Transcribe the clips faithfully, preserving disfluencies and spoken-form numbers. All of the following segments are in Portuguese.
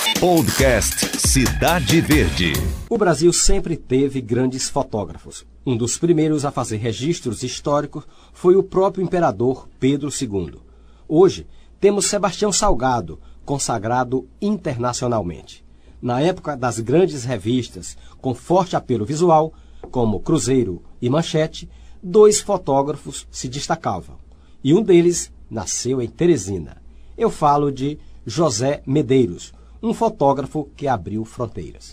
Podcast Cidade Verde. O Brasil sempre teve grandes fotógrafos. Um dos primeiros a fazer registros históricos foi o próprio imperador Pedro segundo. Hoje, temos Sebastião Salgado, consagrado internacionalmente. Na época das grandes revistas, com forte apelo visual, como Cruzeiro e Manchete, dois fotógrafos se destacavam. E um deles nasceu em Teresina. Eu falo de José Medeiros, um fotógrafo que abriu fronteiras.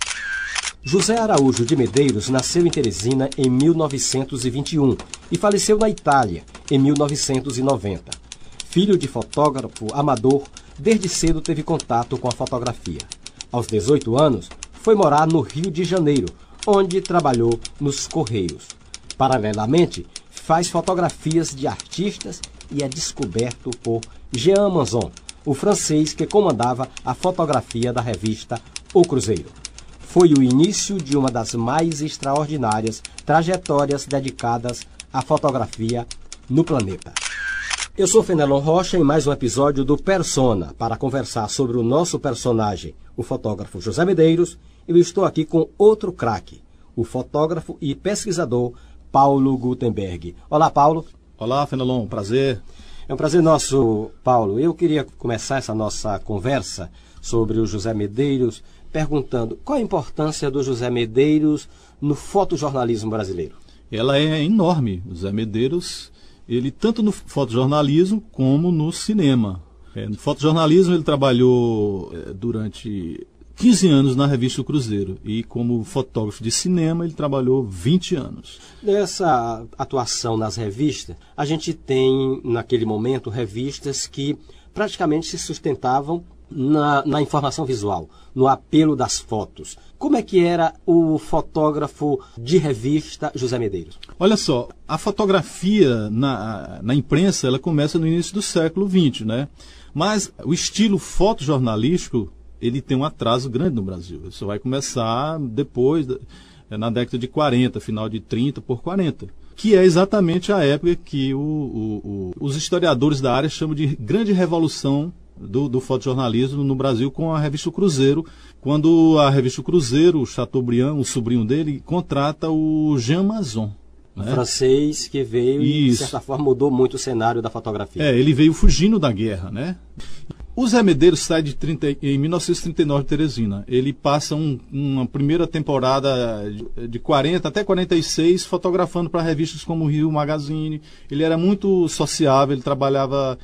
José Araújo de Medeiros nasceu em Teresina em mil novecentos e vinte e um e faleceu na Itália em mil novecentos e noventa. Filho de fotógrafo amador, desde cedo teve contato com a fotografia. Aos dezoito anos, foi morar no Rio de Janeiro, onde trabalhou nos Correios. Paralelamente, faz fotografias de artistas e é descoberto por Jean Manzon, o francês que comandava a fotografia da revista O Cruzeiro. Foi o início de uma das mais extraordinárias trajetórias dedicadas à fotografia no planeta. Eu sou Fenelon Rocha em mais um episódio do Persona. Para conversar sobre o nosso personagem, o fotógrafo José Medeiros, eu estou aqui com outro craque, o fotógrafo e pesquisador Paulo Gutenberg. Olá, Paulo. Olá, Fenelon, prazer. É um prazer nosso, Paulo. Eu queria começar essa nossa conversa sobre o José Medeiros perguntando qual a importância do José Medeiros no fotojornalismo brasileiro. Ela é enorme. O José Medeiros, ele tanto no fotojornalismo como no cinema. É, no fotojornalismo ele trabalhou é, durante quinze anos na revista O Cruzeiro e como fotógrafo de cinema ele trabalhou vinte anos. Nessa atuação nas revistas, a gente tem naquele momento revistas que praticamente se sustentavam na, na informação visual, no apelo das fotos. Como é que era o fotógrafo de revista José Medeiros? Olha só, a fotografia na, na imprensa ela começa no início do século vinte, né? Mas o estilo fotojornalístico ele tem um atraso grande no Brasil. Isso vai começar depois, na década de quarenta, final de trinta por quarenta, que é exatamente a época que o, o, o, os historiadores da área chamam de grande revolução do, do fotojornalismo no Brasil com a revista Cruzeiro, quando a revista Cruzeiro, o Chateaubriand, o sobrinho dele, contrata o Jean Manzon. O né? francês que veio Isso. e, de certa forma, mudou muito o cenário da fotografia. É, ele veio fugindo da guerra, né? O Zé Medeiros sai de trinta, em mil novecentos e trinta e nove de Teresina. Ele passa um, uma primeira temporada de, de quarenta até quarenta e seis fotografando para revistas como o Rio Magazine. Ele era muito sociável, ele trabalhava...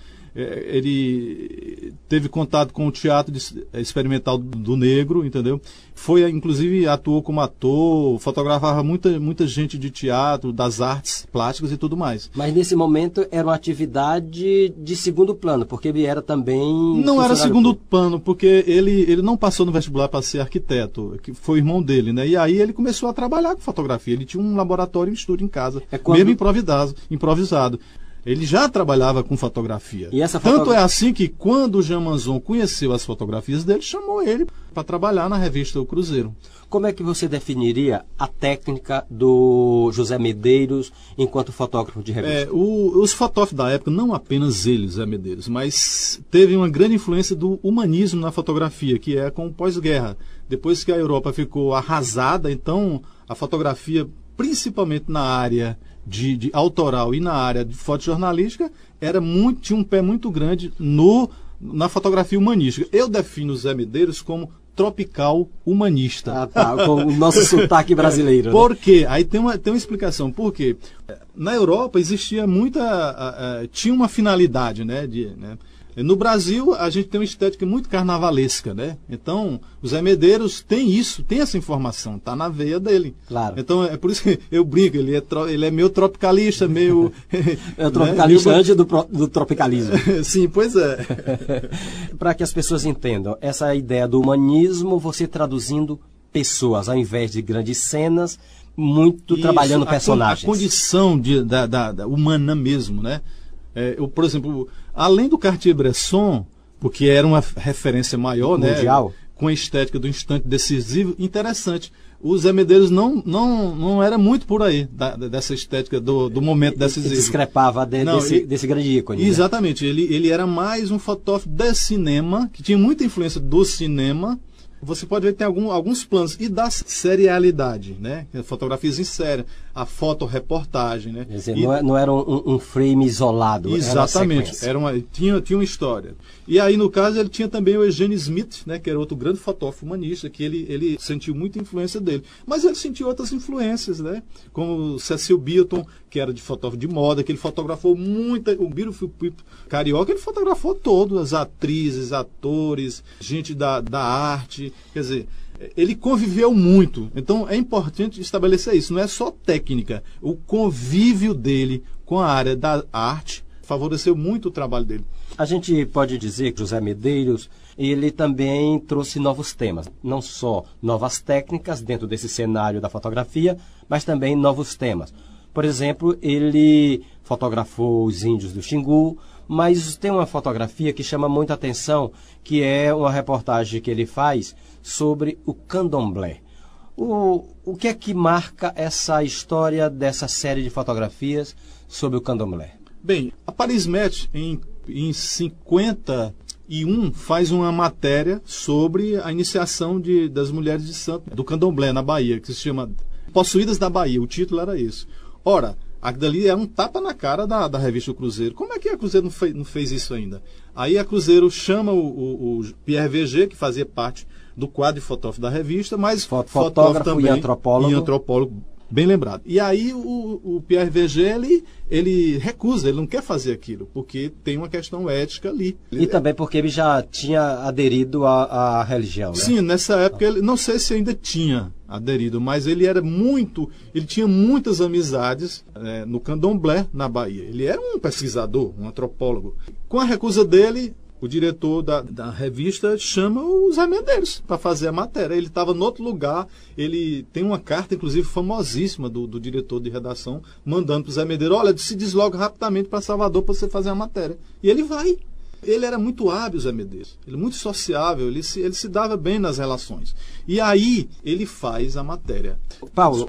Ele teve contato com o teatro experimental do negro, entendeu? Foi, inclusive, atuou como ator, fotografava muita, muita gente de teatro, das artes plásticas e tudo mais. Mas nesse momento era uma atividade de segundo plano, porque ele era também... Não era segundo plano, porque ele, ele não passou no vestibular para ser arquiteto, que foi o irmão dele, né? E aí ele começou a trabalhar com fotografia. Ele tinha um laboratório e um estúdio em casa, é quando... mesmo improvisado, improvisado. Ele já trabalhava com fotografia. E essa Tanto fotogra... é assim que quando o Jean Manzon conheceu as fotografias dele, chamou ele para trabalhar na revista O Cruzeiro. Como é que você definiria a técnica do José Medeiros enquanto fotógrafo de revista? É, o, os fotógrafos da época, não apenas ele, José Medeiros, mas teve uma grande influência do humanismo na fotografia, que é com o pós-guerra. Depois que a Europa ficou arrasada, então a fotografia, principalmente na área de, de autoral e na área de fotojornalística, era muito, tinha um pé muito grande no, na fotografia humanística. Eu defino o Zé Medeiros como tropical humanista. Ah, tá, com o nosso sotaque brasileiro. Né? Por quê? Aí tem uma, tem uma explicação. Por quê? Na Europa existia muita... Uh, uh, tinha uma finalidade, né? De, né? No Brasil, a gente tem uma estética muito carnavalesca, né? Então, o Zé Medeiros tem isso, tem essa informação, está na veia dele. Claro. Então, é por isso que eu brinco, ele é, tro, ele é meio tropicalista, meio... É o tropicalista, né? Antes do, do tropicalismo. Sim, pois é. Para que as pessoas entendam, essa ideia do humanismo, você traduzindo pessoas, ao invés de grandes cenas, muito isso, trabalhando personagens. A, a condição de, da, da, da humana mesmo, né? É, eu, por exemplo, além do Cartier-Bresson, porque era uma referência maior, mundial, né, com a estética do instante decisivo, interessante. O Zé Medeiros não, não, não era muito por aí, da, dessa estética do, do momento decisivo. Ele discrepava de, não, desse, ele, desse grande ícone. Exatamente. Né? Ele, ele era mais um fotógrafo de cinema, que tinha muita influência do cinema, Você pode ver que tem algum, alguns planos. E da serialidade, né? Fotografias em série, a fotoreportagem, né? Quer dizer, e, não, é, não era um, um frame isolado. Exatamente. Era uma era uma, tinha, tinha uma história. E aí, no caso, ele tinha também o Eugene Smith, né? Que era outro grande fotógrafo humanista, que ele, ele sentiu muita influência dele. Mas ele sentiu outras influências, né? Como o Cecil Beaton, que era de fotógrafo de moda, que ele fotografou muita... O Beautiful People carioca, ele fotografou todo, as atrizes, atores, gente da, da arte, quer dizer, ele conviveu muito. Então é importante estabelecer isso, não é só técnica, o convívio dele com a área da arte favoreceu muito o trabalho dele. A gente pode dizer que José Medeiros, ele também trouxe novos temas, não só novas técnicas dentro desse cenário da fotografia, mas também novos temas. Por exemplo, ele fotografou os índios do Xingu, mas tem uma fotografia que chama muita atenção, que é uma reportagem que ele faz sobre o candomblé. O, o que é que marca essa história dessa série de fotografias sobre o candomblé? Bem, a Paris Match, em, em cinquenta e um, faz uma matéria sobre a iniciação de, das mulheres de santo do candomblé na Bahia, que se chama Possuídas da Bahia. O título era esse. Ora, aquilo ali era um tapa na cara da, da revista O Cruzeiro. Como é que a Cruzeiro não fez, não fez isso ainda? Aí a Cruzeiro chama o, o, o Pierre Verger, que fazia parte do quadro de fotógrafo da revista, mas fotógrafo, fotógrafo também, e antropólogo. E antropólogo, bem lembrado. E aí o, o Pierre Verger, ele, ele recusa, ele não quer fazer aquilo, porque tem uma questão ética ali. E também porque ele já tinha aderido à, à religião, né? Sim, nessa época, ele, não sei se ainda tinha aderido, mas ele era muito, ele tinha muitas amizades é, no candomblé, na Bahia. Ele era um pesquisador, um antropólogo. Com a recusa dele, o diretor da, da revista chama o Zé Medeiros para fazer a matéria. Ele estava em outro lugar, ele tem uma carta, inclusive, famosíssima do, do diretor de redação, mandando para o Zé Medeiros, olha, se desloca rapidamente para Salvador para você fazer a matéria. E ele vai. Ele era muito hábil, Zé Medeiros. Ele muito sociável, ele se, ele se dava bem nas relações. E aí, ele faz a matéria. Paulo,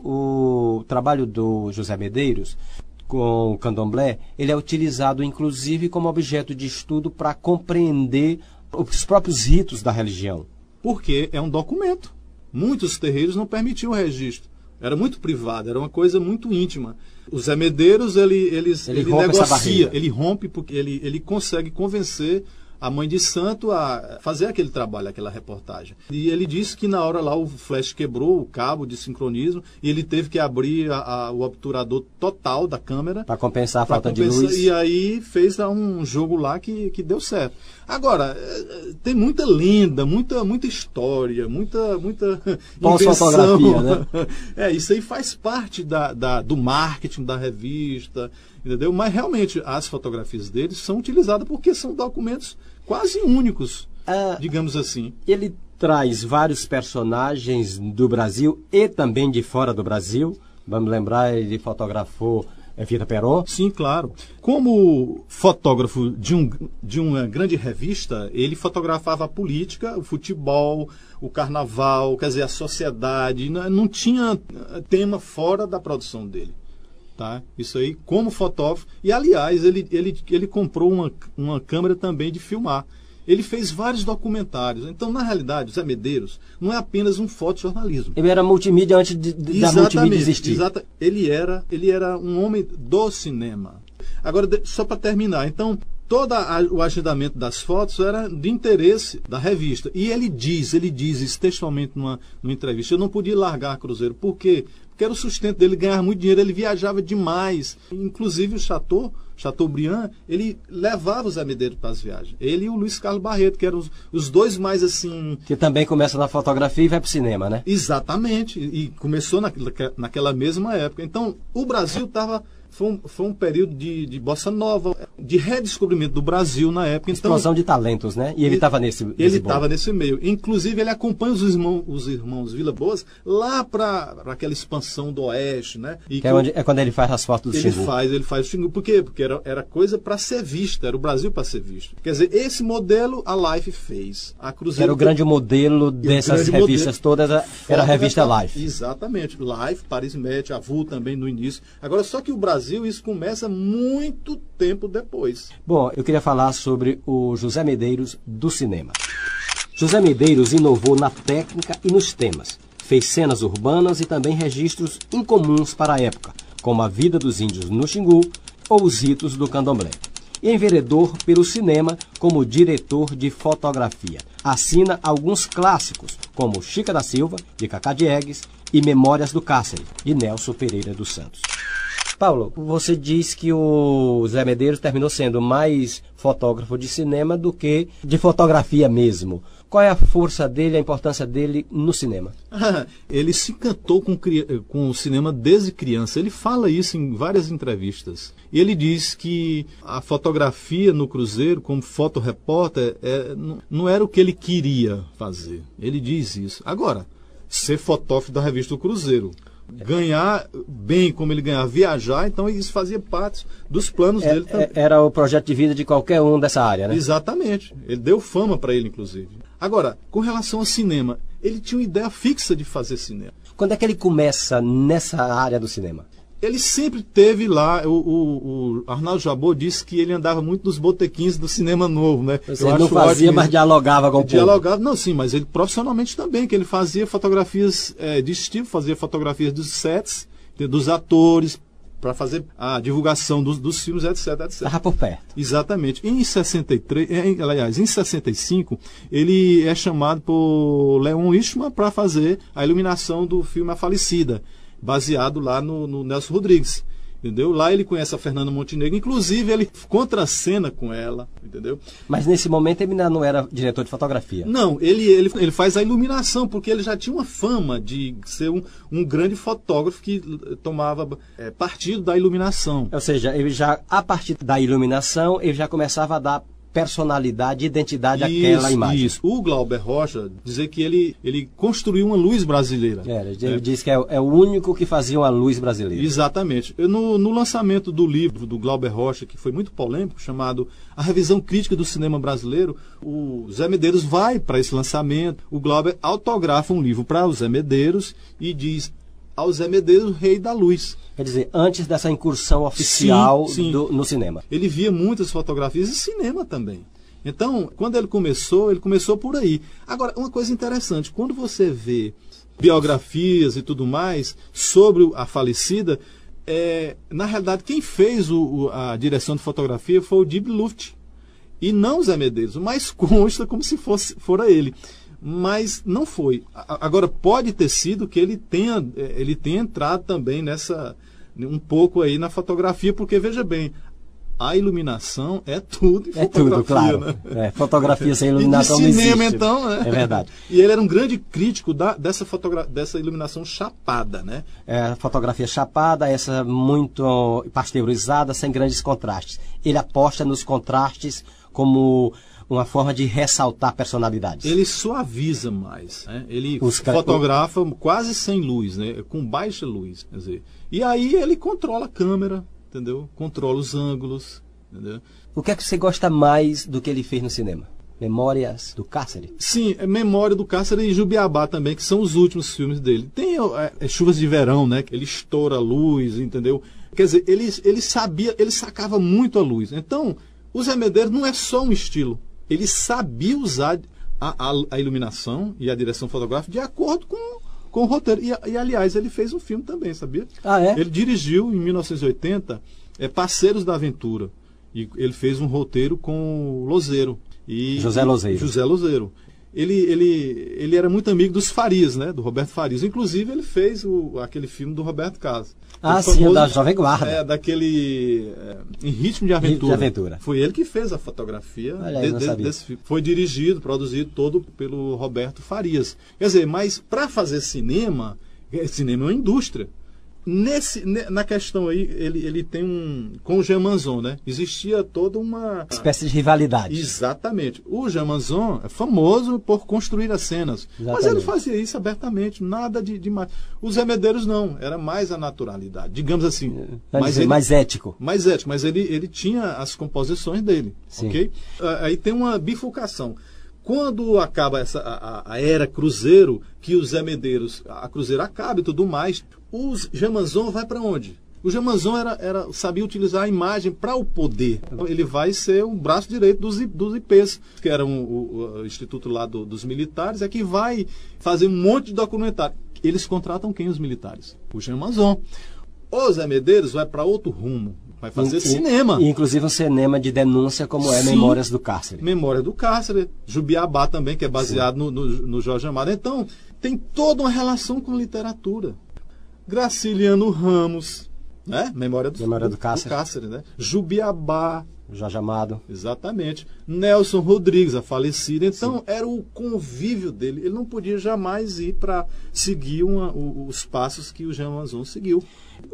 o trabalho do José Medeiros com o candomblé, ele é utilizado inclusive como objeto de estudo para compreender os próprios ritos da religião. Porque é um documento. Muitos terreiros não permitiam o registro. Era muito privado, era uma coisa muito íntima. O Zé Medeiros, ele, ele, ele, ele negocia, ele rompe porque ele, ele consegue convencer a mãe de santo a fazer aquele trabalho, aquela reportagem. E ele disse que na hora lá o flash quebrou, o cabo de sincronismo, e ele teve que abrir a, a, o obturador total da câmera. Para compensar a falta compensar, de luz. E aí fez um jogo lá que, que deu certo. Agora, tem muita lenda, muita, muita história, muita, muita pós-fotografia, né? É, isso aí faz parte da, da, do marketing da revista, entendeu? Mas realmente as fotografias deles são utilizadas porque são documentos quase únicos, ah, digamos assim. Ele traz vários personagens do Brasil e também de fora do Brasil. Vamos lembrar, ele fotografou Evita Peron. Sim, claro. Como fotógrafo de, um, de uma grande revista, ele fotografava a política, o futebol, o carnaval, quer dizer, a sociedade. Não, não tinha tema fora da produção dele. Tá? Isso aí, como fotógrafo. E, aliás, ele, ele, ele comprou uma, uma câmera também de filmar. Ele fez vários documentários. Então, na realidade, o Zé Medeiros não é apenas um fotojornalismo. Ele era multimídia antes de, de, da multimídia existir. Exatamente. Ele era, ele era um homem do cinema. Agora, só para terminar. Então, todo a, o agendamento das fotos era de interesse da revista. E ele diz, ele diz isso textualmente numa, numa entrevista, eu não podia largar Cruzeiro. Por quê? Porque era o sustento dele, ganhar muito dinheiro, ele viajava demais. Inclusive o Chateau, Chateaubriand, ele levava o Zé Medeiros para as viagens. Ele e o Luiz Carlos Barreto, que eram os, os dois mais assim... Que também começa na fotografia e vai para o cinema, né? Exatamente. E, e começou na, naquela mesma época. Então, o Brasil estava... Foi um, foi um período de, de bossa nova, de redescobrimento do Brasil na época. Então, explosão de talentos, né? E ele estava nesse, nesse Ele estava nesse meio. Inclusive, ele acompanha os irmãos, os irmãos Vila Boas lá para aquela expansão do Oeste, né? E que é, onde, é quando ele faz as fotos do ele Xingu. Faz, ele faz o Xingu. Por quê? Porque era, era coisa para ser vista, era o Brasil para ser visto. Quer dizer, esse modelo a Life fez. A Cruzeiro era o grande modelo dessas grande revistas modelo, todas, era a revista Life. Exatamente. Life, Paris Match, a V U também no início. Agora, só que o Brasil, isso começa muito tempo depois. Bom, eu queria falar sobre o José Medeiros do cinema. José Medeiros inovou na técnica e nos temas. Fez cenas urbanas e também registros incomuns para a época, como a vida dos índios no Xingu ou os ritos do candomblé. E enveredou pelo cinema como diretor de fotografia. Assina alguns clássicos, como Chica da Silva, de Cacá Diegues, e Memórias do Cárcere, de Nelson Pereira dos Santos. Paulo, você diz que o Zé Medeiros terminou sendo mais fotógrafo de cinema do que de fotografia mesmo. Qual é a força dele, a importância dele no cinema? Ele se encantou com, com o cinema desde criança. Ele fala isso em várias entrevistas. E ele diz que a fotografia no Cruzeiro, como fotorepórter, é, não, não era o que ele queria fazer. Ele diz isso. Agora, ser fotógrafo da revista do Cruzeiro, ganhar bem como ele ganhava, viajar, então isso fazia parte dos planos é, dele também. Era o projeto de vida de qualquer um dessa área, né? Exatamente. Ele deu fama para ele, inclusive. Agora, com relação ao cinema, ele tinha uma ideia fixa de fazer cinema. Quando é que ele começa nessa área do cinema? Ele sempre teve lá, o, o, o Arnaldo Jabor disse que ele andava muito nos botequins do cinema novo, né? Você não fazia, mas dialogava com o povo. Dialogava, não, sim, mas ele profissionalmente também, que ele fazia fotografias é, de estilo, fazia fotografias dos sets, dos atores, para fazer a divulgação dos, dos filmes, etc, etcétera. Estava por perto. Exatamente. Em sessenta e três, em, aliás, em sessenta e cinco, ele é chamado por Leon Eastman para fazer a iluminação do filme A Falecida, baseado lá no, no Nelson Rodrigues, entendeu? Lá ele conhece a Fernanda Montenegro, inclusive ele contracena com ela, entendeu? Mas nesse momento ele ainda não era diretor de fotografia. Não, ele, ele, ele faz a iluminação, porque ele já tinha uma fama de ser um, um grande fotógrafo que tomava é, partido da iluminação. Ou seja, ele já, a partir da iluminação, ele já começava a dar personalidade, identidade àquela imagem. Isso. O Glauber Rocha dizer que ele, ele construiu uma luz brasileira. É, ele é. diz que é, é o único que fazia uma luz brasileira. Exatamente. No, no lançamento do livro do Glauber Rocha, que foi muito polêmico, chamado A Revisão Crítica do Cinema Brasileiro, o Zé Medeiros vai para esse lançamento, o Glauber autografa um livro para o Zé Medeiros e diz ao Zé Medeiros, Rei da Luz. Quer dizer, antes dessa incursão oficial sim, sim. Do, no cinema. Ele via muitas fotografias e cinema também. Então, quando ele começou, ele começou por aí. Agora, uma coisa interessante, quando você vê biografias e tudo mais sobre a falecida, é, na realidade, quem fez o, o, a direção de fotografia foi o Dib Luft, e não o Zé Medeiros, mas consta como se fosse fora ele. Mas não foi. Agora, pode ter sido que ele tenha, ele tenha entrado também nessa, um pouco aí na fotografia, porque, veja bem, a iluminação é tudo em é fotografia. Tudo, claro. Né? É, fotografia sem iluminação e de cinema, não existe. Então, né? É verdade. E ele era um grande crítico da, dessa, fotogra dessa iluminação chapada, né? É, fotografia chapada, essa muito pasteurizada, sem grandes contrastes. Ele aposta nos contrastes como uma forma de ressaltar personalidades. Ele suaviza mais, né? Ele Os fotografa quase sem luz, né? Com baixa luz, quer dizer. E aí ele controla a câmera, entendeu? Controla os ângulos, entendeu? O que é que você gosta mais do que ele fez no cinema? Memórias do Cárcere? Sim, é Memória do Cárcere e Jubiabá também, que são os últimos filmes dele. Tem é, é, Chuvas de Verão, né? Ele estoura a luz, entendeu? Quer dizer, ele, ele sabia, ele sacava muito a luz. Então, o Zé Medeiros não é só um estilo. Ele sabia usar a, a, a iluminação e a direção fotográfica de acordo com, com o roteiro. E, e, aliás, ele fez um filme também, sabia? Ah, é? Ele dirigiu, em mil novecentos e oitenta, é, Parceiros da Aventura. E ele fez um roteiro com o Lozeiro. E, José Lozeiro. José Lozeiro. Ele, ele, ele era muito amigo dos Farias, né? Do Roberto Farias. Inclusive, ele fez o, aquele filme do Roberto Carlos. Ah, sim, famoso, da Jovem Guarda. É, daquele... É, em Ritmo de Aventura. Ritmo de Aventura. Foi ele que fez a fotografia aí, de, de, desse filme. Foi dirigido, produzido todo pelo Roberto Farias. Quer dizer, mas para fazer cinema, cinema é uma indústria. Nesse, na questão aí, ele, ele tem um... Com o Jean Manzon, né? Existia toda uma... espécie de rivalidade. Exatamente. O Jean Manzon é famoso por construir as cenas. Exatamente. Mas ele fazia isso abertamente, nada de demais. Os Zé Medeiros não, era mais a naturalidade. Digamos assim. Mas dizer, ele, mais ético. Mais ético, mas ele, ele tinha as composições dele. Sim. Ok? Aí tem uma bifurcação. Quando acaba essa, a, a era Cruzeiro, que o Zé Medeiros, a Cruzeiro acaba e tudo mais, o Jean Manzon vai para onde? O Gemanzon era, era, sabia utilizar a imagem para o poder. Ele vai ser o braço direito dos, dos I Pês, que era um, o, o instituto lá do, dos militares, é que vai fazer um monte de documentário. Eles contratam quem, os militares? O Gemanzon. O Zé Medeiros vai para outro rumo, vai fazer e, cinema. E, inclusive um cinema de denúncia como é Sim, Memórias do Cárcere. Memória do Cárcere, Jubiabá também, que é baseado no, no, no Jorge Amado. Então, tem toda uma relação com literatura. Graciliano Ramos, né? Memória do, Memória do Cárcere. do Cárcere, né? Jubiabá. Jorge Amado. Exatamente. Nelson Rodrigues, a falecida. Então, Sim. era o convívio dele. Ele não podia jamais ir para seguir uma, o, os passos que o Gemanzon seguiu.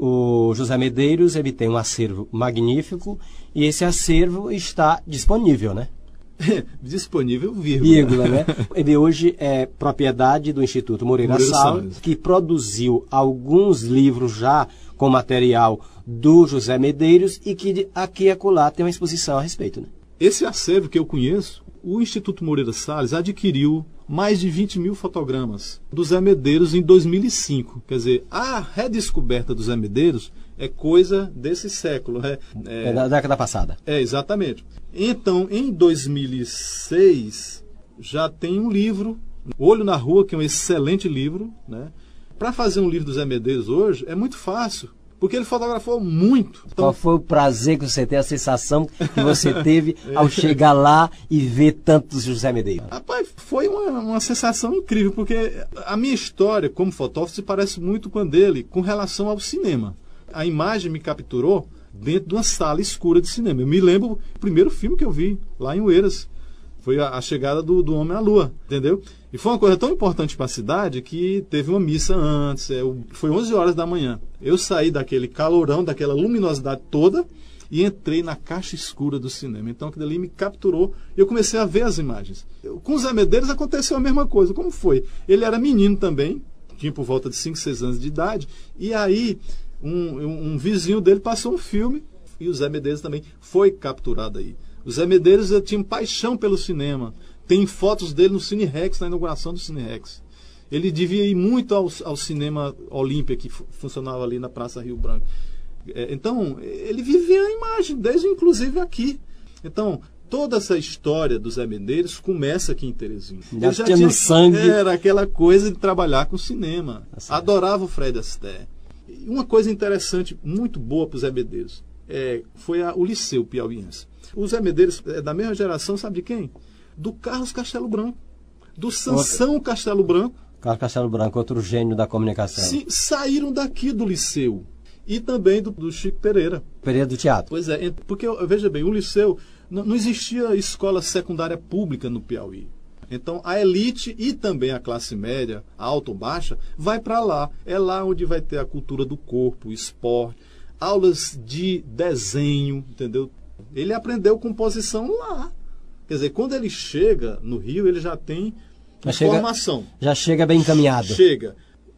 O José Medeiros, ele tem um acervo magnífico e esse acervo está disponível, né? Disponível, vírgula. Vírgula, né? Ele hoje é propriedade do Instituto Moreira, Moreira Salles, Salles, que produziu alguns livros já com material do José Medeiros e que aqui e acolá tem uma exposição a respeito, né? Esse acervo que eu conheço, o Instituto Moreira Salles adquiriu mais de vinte mil fotogramas do Zé Medeiros em dois mil e cinco. Quer dizer, a redescoberta do Zé Medeiros é coisa desse século. É, é, é da década passada. É, exatamente. Então, em dois mil e seis, já tem um livro, Olho na Rua, que é um excelente livro, né? Para fazer um livro do Zé Medeiros hoje é muito fácil, porque ele fotografou muito. Então, qual foi o prazer que você teve, a sensação que você teve ao chegar lá e ver tantos José Medeiros? Rapaz, foi uma, uma sensação incrível, porque a minha história como fotógrafo se parece muito com a dele com relação ao cinema. A imagem me capturou dentro de uma sala escura de cinema. Eu me lembro o primeiro filme que eu vi lá em Oeiras. Foi a, a chegada do, do Homem à Lua, entendeu? E foi uma coisa tão importante para a cidade que teve uma missa antes, é, foi onze horas da manhã. Eu saí daquele calorão, daquela luminosidade toda e entrei na caixa escura do cinema. Então aquilo ali me capturou e eu comecei a ver as imagens. Eu, com o Zé Medeiros aconteceu a mesma coisa. Como foi? Ele era menino também, tinha por volta de cinco, seis anos de idade, e aí um, um, um vizinho dele passou um filme e o Zé Medeiros também foi capturado aí. O Zé Medeiros tinha paixão pelo cinema. Tem fotos dele no Cine Rex, na inauguração do Cine Rex. Ele devia ir muito ao, ao cinema Olímpia, que funcionava ali na Praça Rio Branco. É, então, ele vivia a imagem, desde inclusive aqui. Então, toda essa história do Zé Medeiros começa aqui em Teresina. Já, já tinha no sangue. Era aquela coisa de trabalhar com cinema. Assim. Adorava o Fred Astaire. E uma coisa interessante, muito boa para o Zé Medeiros, é, foi a, o Liceu Piauiense. O Zé Medeiros é da mesma geração, sabe de quem? Do Carlos Castelo Branco, do Sansão Outra... Castelo Branco. Carlos Castelo Branco, outro gênio da comunicação. Sim, saíram daqui do Liceu. E também do, do Chico Pereira. Pereira do Teatro. Pois é, porque, veja bem, o Liceu, não, não existia escola secundária pública no Piauí. Então, a elite e também a classe média, alta ou baixa, vai para lá. É lá onde vai ter a cultura do corpo, esporte, aulas de desenho, entendeu? Ele aprendeu composição lá. Quer dizer, quando ele chega no Rio, ele já tem já informação. Chega, já chega bem encaminhado. Chega.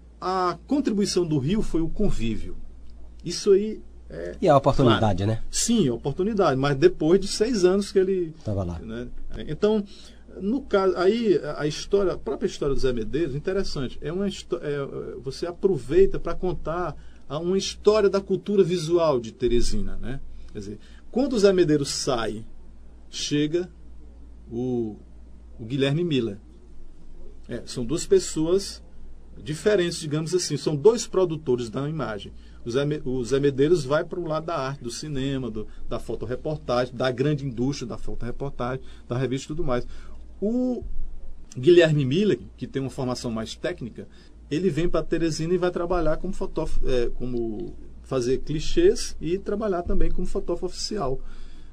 A contribuição do Rio foi o convívio. Isso aí é... E a oportunidade, claro, né? Sim, a oportunidade. Mas depois de seis anos que ele... Estava lá. Né? Então, no caso... Aí, a história, a própria história do Zé Medeiros, interessante. É uma, é, você aproveita para contar uma história da cultura visual de Teresina, né? Quer dizer, quando o Zé Medeiros sai, chega... O, o Guilherme Miller. É, são duas pessoas diferentes, digamos assim. São dois produtores da imagem. O Zé, o Zé Medeiros vai para o lado da arte, do cinema, do, da fotoreportagem, da grande indústria da fotoreportagem, da revista e tudo mais. O Guilherme Miller, que tem uma formação mais técnica, ele vem para Teresina e vai trabalhar como fotógrafo, é, como fazer clichês e trabalhar também como fotógrafo oficial.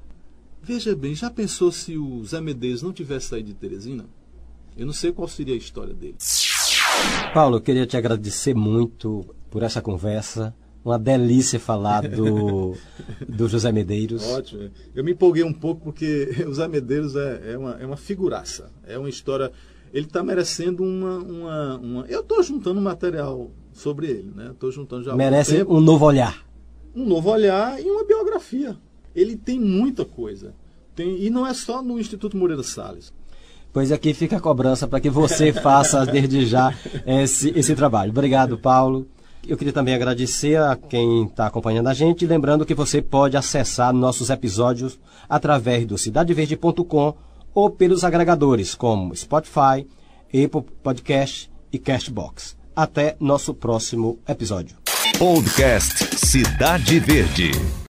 Veja bem, já pensou se o Zé Medeiros não tivesse saído de Teresina? Eu não sei qual seria a história dele. Paulo, eu queria te agradecer muito por essa conversa. Uma delícia falar do, do José Medeiros. Ótimo. Eu me empolguei um pouco porque o Zé Medeiros é, é, uma, é uma figuraça. É uma história... Ele está merecendo uma, uma, uma... Eu estou juntando material sobre ele, né? Estou juntando já há Merece tempo. um novo olhar. Um novo olhar e uma biografia. Ele tem muita coisa. Tem, e não é só no Instituto Moreira Salles. Pois aqui fica a cobrança para que você faça desde já esse, esse trabalho. Obrigado, Paulo. Eu queria também agradecer a quem está acompanhando a gente, lembrando que você pode acessar nossos episódios através do cidade verde ponto com ou pelos agregadores como Spotify, Apple Podcast e Castbox. Até nosso próximo episódio. Podcast Cidade Verde.